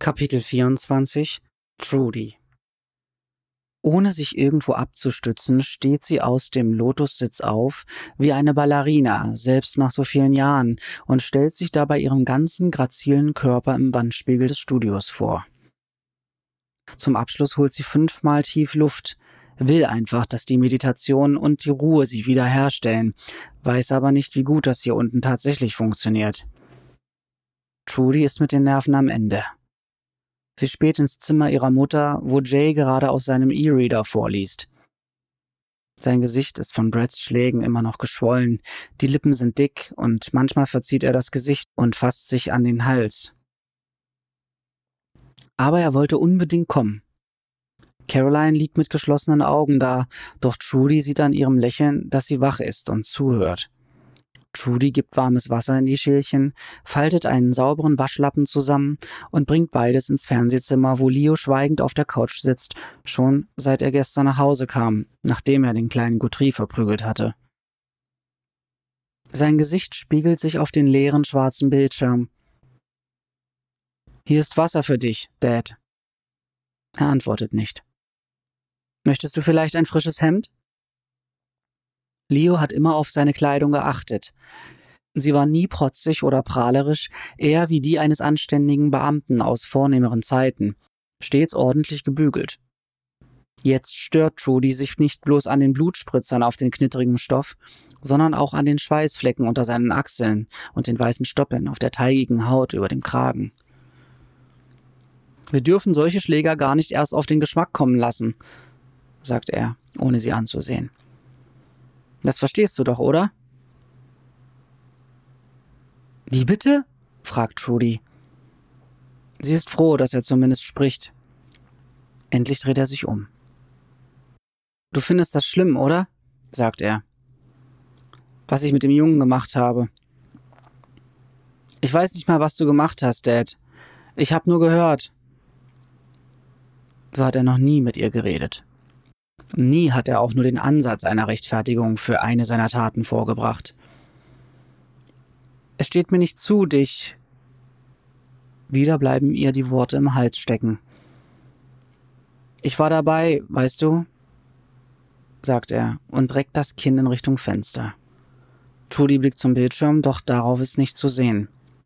Kapitel 24 Trudy. Ohne sich irgendwo abzustützen, steht sie aus dem Lotussitz auf, wie eine Ballerina, selbst nach so vielen Jahren, und stellt sich dabei ihren ganzen grazilen Körper im Wandspiegel des Studios vor. Zum Abschluss holt sie 5-mal tief Luft, will einfach, dass die Meditation und die Ruhe sie wiederherstellen, weiß aber nicht, wie gut das hier unten tatsächlich funktioniert. Trudy ist mit den Nerven am Ende. Sie späht ins Zimmer ihrer Mutter, wo Jay gerade aus seinem E-Reader vorliest. Sein Gesicht ist von Brads Schlägen immer noch geschwollen, die Lippen sind dick und manchmal verzieht er das Gesicht und fasst sich an den Hals. Aber er wollte unbedingt kommen. Caroline liegt mit geschlossenen Augen da, doch Trudy sieht an ihrem Lächeln, dass sie wach ist und zuhört. Trudy gibt warmes Wasser in die Schälchen, faltet einen sauberen Waschlappen zusammen und bringt beides ins Fernsehzimmer, wo Leo schweigend auf der Couch sitzt, schon seit er gestern nach Hause kam, nachdem er den kleinen Guthrie verprügelt hatte. Sein Gesicht spiegelt sich auf den leeren schwarzen Bildschirm. »Hier ist Wasser für dich, Dad.« Er antwortet nicht. »Möchtest du vielleicht ein frisches Hemd?« Leo hat immer auf seine Kleidung geachtet. Sie war nie protzig oder prahlerisch, eher wie die eines anständigen Beamten aus vornehmeren Zeiten, stets ordentlich gebügelt. Jetzt stört Trudy sich nicht bloß an den Blutspritzern auf den knittrigen Stoff, sondern auch an den Schweißflecken unter seinen Achseln und den weißen Stoppeln auf der teigigen Haut über dem Kragen. »Wir dürfen solche Schläger gar nicht erst auf den Geschmack kommen lassen«, sagt er, ohne sie anzusehen. »Das verstehst du doch, oder?« »Wie bitte?« fragt Trudy. Sie ist froh, dass er zumindest spricht. Endlich dreht er sich um. »Du findest das schlimm, oder?« sagt er. »Was ich mit dem Jungen gemacht habe.« »Ich weiß nicht mal, was du gemacht hast, Dad. Ich habe nur gehört.« So hat er noch nie mit ihr geredet. Nie hat er auch nur den Ansatz einer Rechtfertigung für eine seiner Taten vorgebracht. »Es steht mir nicht zu, dich...« Wieder bleiben ihr die Worte im Hals stecken. »Ich war dabei, weißt du?« sagt er und reckt das Kinn in Richtung Fenster. Trudy blickt zum Bildschirm, doch darauf ist nicht zu sehen.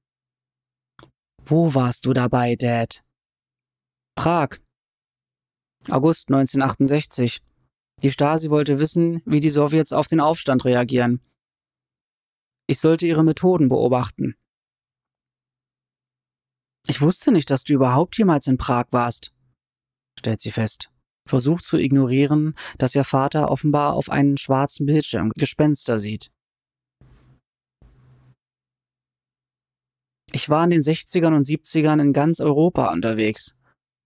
»Wo warst du dabei, Dad?« »Prag. August 1968. Die Stasi wollte wissen, wie die Sowjets auf den Aufstand reagieren. Ich sollte ihre Methoden beobachten.« »Ich wusste nicht, dass du überhaupt jemals in Prag warst«, stellt sie fest, versucht zu ignorieren, dass ihr Vater offenbar auf einen schwarzen Bildschirm Gespenster sieht. »Ich war in den 60ern und 70ern in ganz Europa unterwegs.«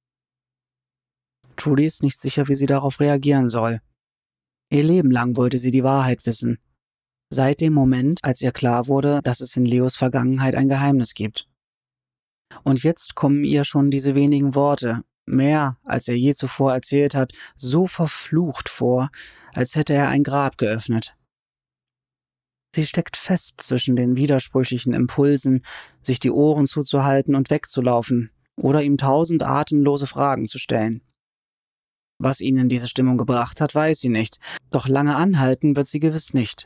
Trudy ist nicht sicher, wie sie darauf reagieren soll. Ihr Leben lang wollte sie die Wahrheit wissen. Seit dem Moment, als ihr klar wurde, dass es in Leos Vergangenheit ein Geheimnis gibt. Und jetzt kommen ihr schon diese wenigen Worte, mehr als er je zuvor erzählt hat, so verflucht vor, als hätte er ein Grab geöffnet. Sie steckt fest zwischen den widersprüchlichen Impulsen, sich die Ohren zuzuhalten und wegzulaufen oder ihm 1000 atemlose Fragen zu stellen. Was ihn in diese Stimmung gebracht hat, weiß sie nicht, doch lange anhalten wird sie gewiss nicht.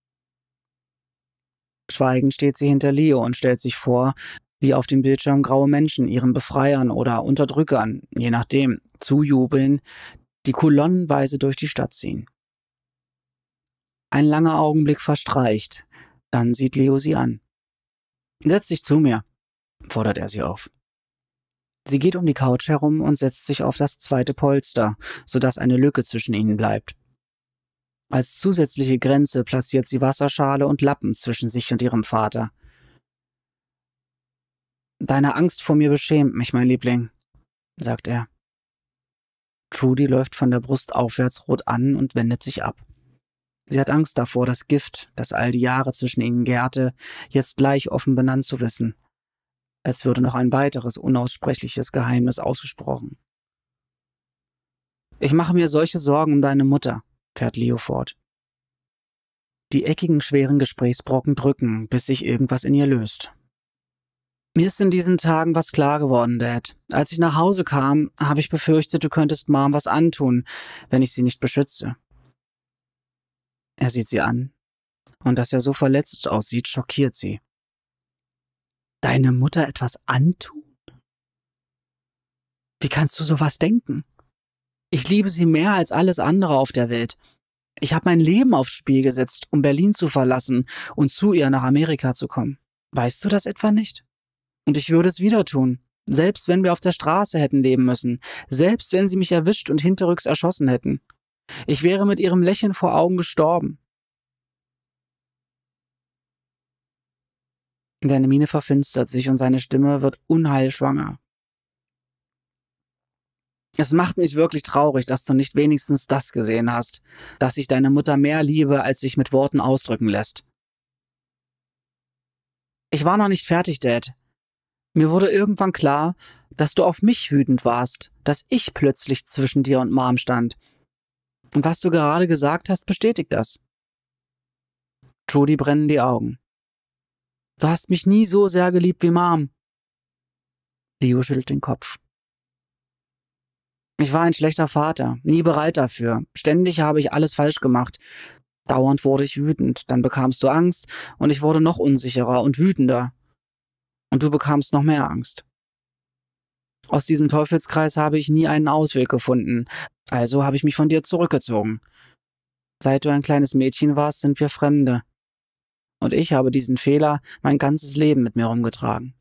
Schweigend steht sie hinter Leo und stellt sich vor, wie auf dem Bildschirm graue Menschen ihren Befreiern oder Unterdrückern, je nachdem, zujubeln, die kolonnenweise durch die Stadt ziehen. Ein langer Augenblick verstreicht, dann sieht Leo sie an. »Setz dich zu mir«, fordert er sie auf. Sie geht um die Couch herum und setzt sich auf das zweite Polster, sodass eine Lücke zwischen ihnen bleibt. Als zusätzliche Grenze platziert sie Wasserschale und Lappen zwischen sich und ihrem Vater. »Deine Angst vor mir beschämt mich, mein Liebling«, sagt er. Trudy läuft von der Brust aufwärts rot an und wendet sich ab. Sie hat Angst davor, das Gift, das all die Jahre zwischen ihnen gärte, jetzt gleich offen benannt zu wissen. Als würde noch ein weiteres unaussprechliches Geheimnis ausgesprochen. »Ich mache mir solche Sorgen um deine Mutter«, fährt Leo fort. Die eckigen, schweren Gesprächsbrocken drücken, bis sich irgendwas in ihr löst. Mir ist in diesen Tagen was klar geworden, Dad. Als ich nach Hause kam, habe ich befürchtet, du könntest Mom was antun, wenn ich sie nicht beschütze. Er sieht sie an, und dass er so verletzt aussieht, schockiert sie. Deine Mutter etwas antun? Wie kannst du sowas denken? Ich liebe sie mehr als alles andere auf der Welt. Ich habe mein Leben aufs Spiel gesetzt, um Berlin zu verlassen und zu ihr nach Amerika zu kommen. Weißt du das etwa nicht? Und ich würde es wieder tun, selbst wenn wir auf der Straße hätten leben müssen, selbst wenn sie mich erwischt und hinterrücks erschossen hätten. Ich wäre mit ihrem Lächeln vor Augen gestorben. Seine Miene verfinstert sich und seine Stimme wird unheilschwanger. Es macht mich wirklich traurig, dass du nicht wenigstens das gesehen hast, dass ich deine Mutter mehr liebe, als sich mit Worten ausdrücken lässt. Ich war noch nicht fertig, Dad. Mir wurde irgendwann klar, dass du auf mich wütend warst, dass ich plötzlich zwischen dir und Mom stand. Und was du gerade gesagt hast, bestätigt das. Trudy brennen die Augen. Du hast mich nie so sehr geliebt wie Mom. Leo schüttelt den Kopf. Ich war ein schlechter Vater, nie bereit dafür. Ständig habe ich alles falsch gemacht. Dauernd wurde ich wütend, dann bekamst du Angst und ich wurde noch unsicherer und wütender. Und du bekamst noch mehr Angst. Aus diesem Teufelskreis habe ich nie einen Ausweg gefunden, also habe ich mich von dir zurückgezogen. Seit du ein kleines Mädchen warst, sind wir Fremde. Und ich habe diesen Fehler mein ganzes Leben mit mir rumgetragen.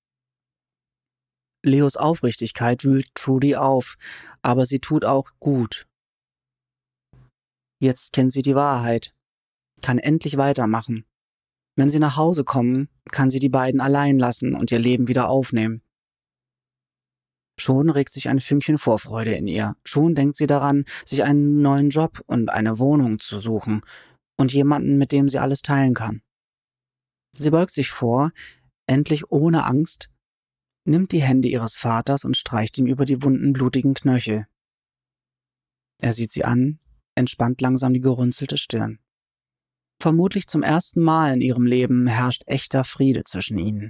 Leos Aufrichtigkeit wühlt Trudy auf, aber sie tut auch gut. Jetzt kennt sie die Wahrheit, kann endlich weitermachen. Wenn sie nach Hause kommen, kann sie die beiden allein lassen und ihr Leben wieder aufnehmen. Schon regt sich ein Fünkchen Vorfreude in ihr. Schon denkt sie daran, sich einen neuen Job und eine Wohnung zu suchen und jemanden, mit dem sie alles teilen kann. Sie beugt sich vor, endlich ohne Angst, nimmt die Hände ihres Vaters und streicht ihm über die wunden, blutigen Knöchel. Er sieht sie an, entspannt langsam die gerunzelte Stirn. Vermutlich zum ersten Mal in ihrem Leben herrscht echter Friede zwischen ihnen.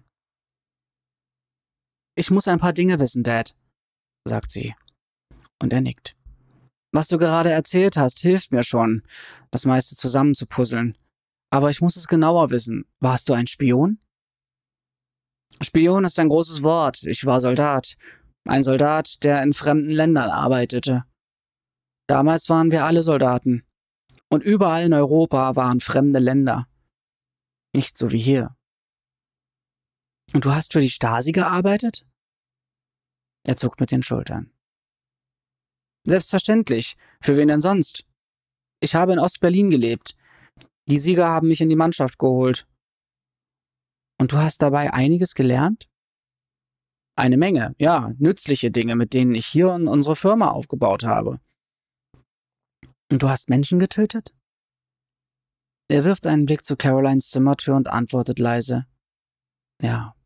Ich muss ein paar Dinge wissen, Dad, sagt sie. Und er nickt. Was du gerade erzählt hast, hilft mir schon, das meiste zusammenzupuzzeln. Aber ich muss es genauer wissen. Warst du ein Spion? Spion ist ein großes Wort. Ich war Soldat. Ein Soldat, der in fremden Ländern arbeitete. Damals waren wir alle Soldaten. Und überall in Europa waren fremde Länder. Nicht so wie hier. Und du hast für die Stasi gearbeitet? Er zuckt mit den Schultern. Selbstverständlich. Für wen denn sonst? Ich habe in Ostberlin gelebt. Die Sieger haben mich in die Mannschaft geholt. Und du hast dabei einiges gelernt? Eine Menge, ja, nützliche Dinge, mit denen ich hier und unsere Firma aufgebaut habe. Und du hast Menschen getötet? Er wirft einen Blick zu Carolines Zimmertür und antwortet leise. Ja.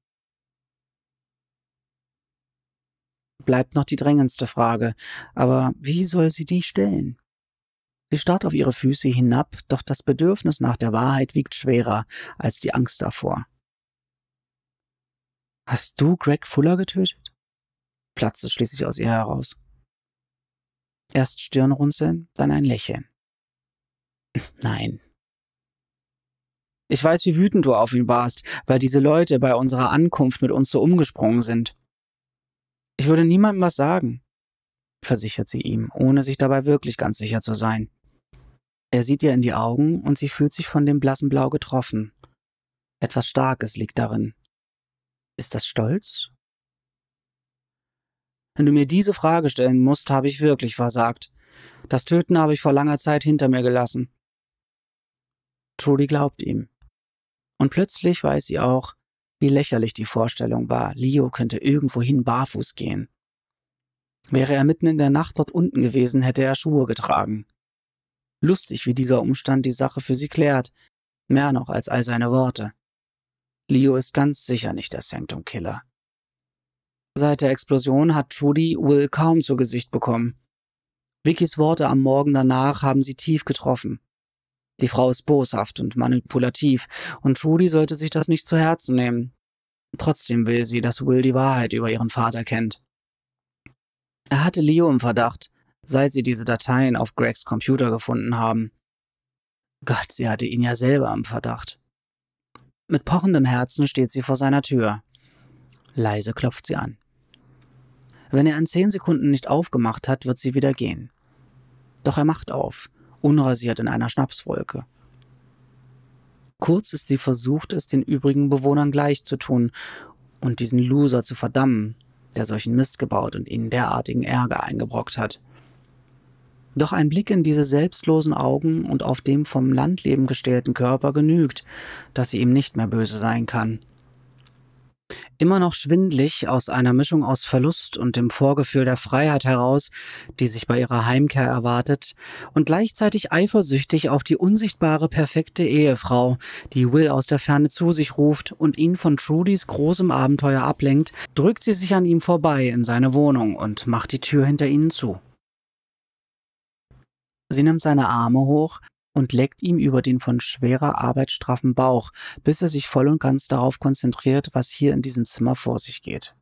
Bleibt noch die drängendste Frage, aber wie soll sie die stellen? Sie starrt auf ihre Füße hinab, doch das Bedürfnis nach der Wahrheit wiegt schwerer als die Angst davor. Hast du Greg Fuller getötet? Platzt es schließlich aus ihr heraus. Erst Stirnrunzeln, dann ein Lächeln. Nein. Ich weiß, wie wütend du auf ihn warst, weil diese Leute bei unserer Ankunft mit uns so umgesprungen sind. Ich würde niemandem was sagen, versichert sie ihm, ohne sich dabei wirklich ganz sicher zu sein. Er sieht ihr in die Augen und sie fühlt sich von dem blassen Blau getroffen. Etwas Starkes liegt darin. Ist das Stolz? Wenn du mir diese Frage stellen musst, habe ich wirklich versagt. Das Töten habe ich vor langer Zeit hinter mir gelassen. Trudy glaubt ihm. Und plötzlich weiß sie auch, wie lächerlich die Vorstellung war, Leo könnte irgendwohin barfuß gehen. Wäre er mitten in der Nacht dort unten gewesen, hätte er Schuhe getragen. Lustig, wie dieser Umstand die Sache für sie klärt, mehr noch als all seine Worte. Leo ist ganz sicher nicht der Sanctum Killer. Seit der Explosion hat Trudy Will kaum zu Gesicht bekommen. Vickys Worte am Morgen danach haben sie tief getroffen. Die Frau ist boshaft und manipulativ, und Trudy sollte sich das nicht zu Herzen nehmen. Trotzdem will sie, dass Will die Wahrheit über ihren Vater kennt. Er hatte Leo im Verdacht, seit sie diese Dateien auf Gregs Computer gefunden haben. Gott, sie hatte ihn ja selber im Verdacht. Mit pochendem Herzen steht sie vor seiner Tür. Leise klopft sie an. Wenn er in 10 Sekunden nicht aufgemacht hat, wird sie wieder gehen. Doch er macht auf, unrasiert in einer Schnapswolke. Kurz ist sie versucht, es den übrigen Bewohnern gleich zu tun und diesen Loser zu verdammen, der solchen Mist gebaut und ihnen derartigen Ärger eingebrockt hat. Doch ein Blick in diese selbstlosen Augen und auf dem vom Landleben gestählten Körper genügt, dass sie ihm nicht mehr böse sein kann. Immer noch schwindlig aus einer Mischung aus Verlust und dem Vorgefühl der Freiheit heraus, die sich bei ihrer Heimkehr erwartet, und gleichzeitig eifersüchtig auf die unsichtbare, perfekte Ehefrau, die Will aus der Ferne zu sich ruft und ihn von Trudys großem Abenteuer ablenkt, drückt sie sich an ihm vorbei in seine Wohnung und macht die Tür hinter ihnen zu. Sie nimmt seine Arme hoch und leckt ihm über den von schwerer Arbeit straffen Bauch, bis er sich voll und ganz darauf konzentriert, was hier in diesem Zimmer vor sich geht.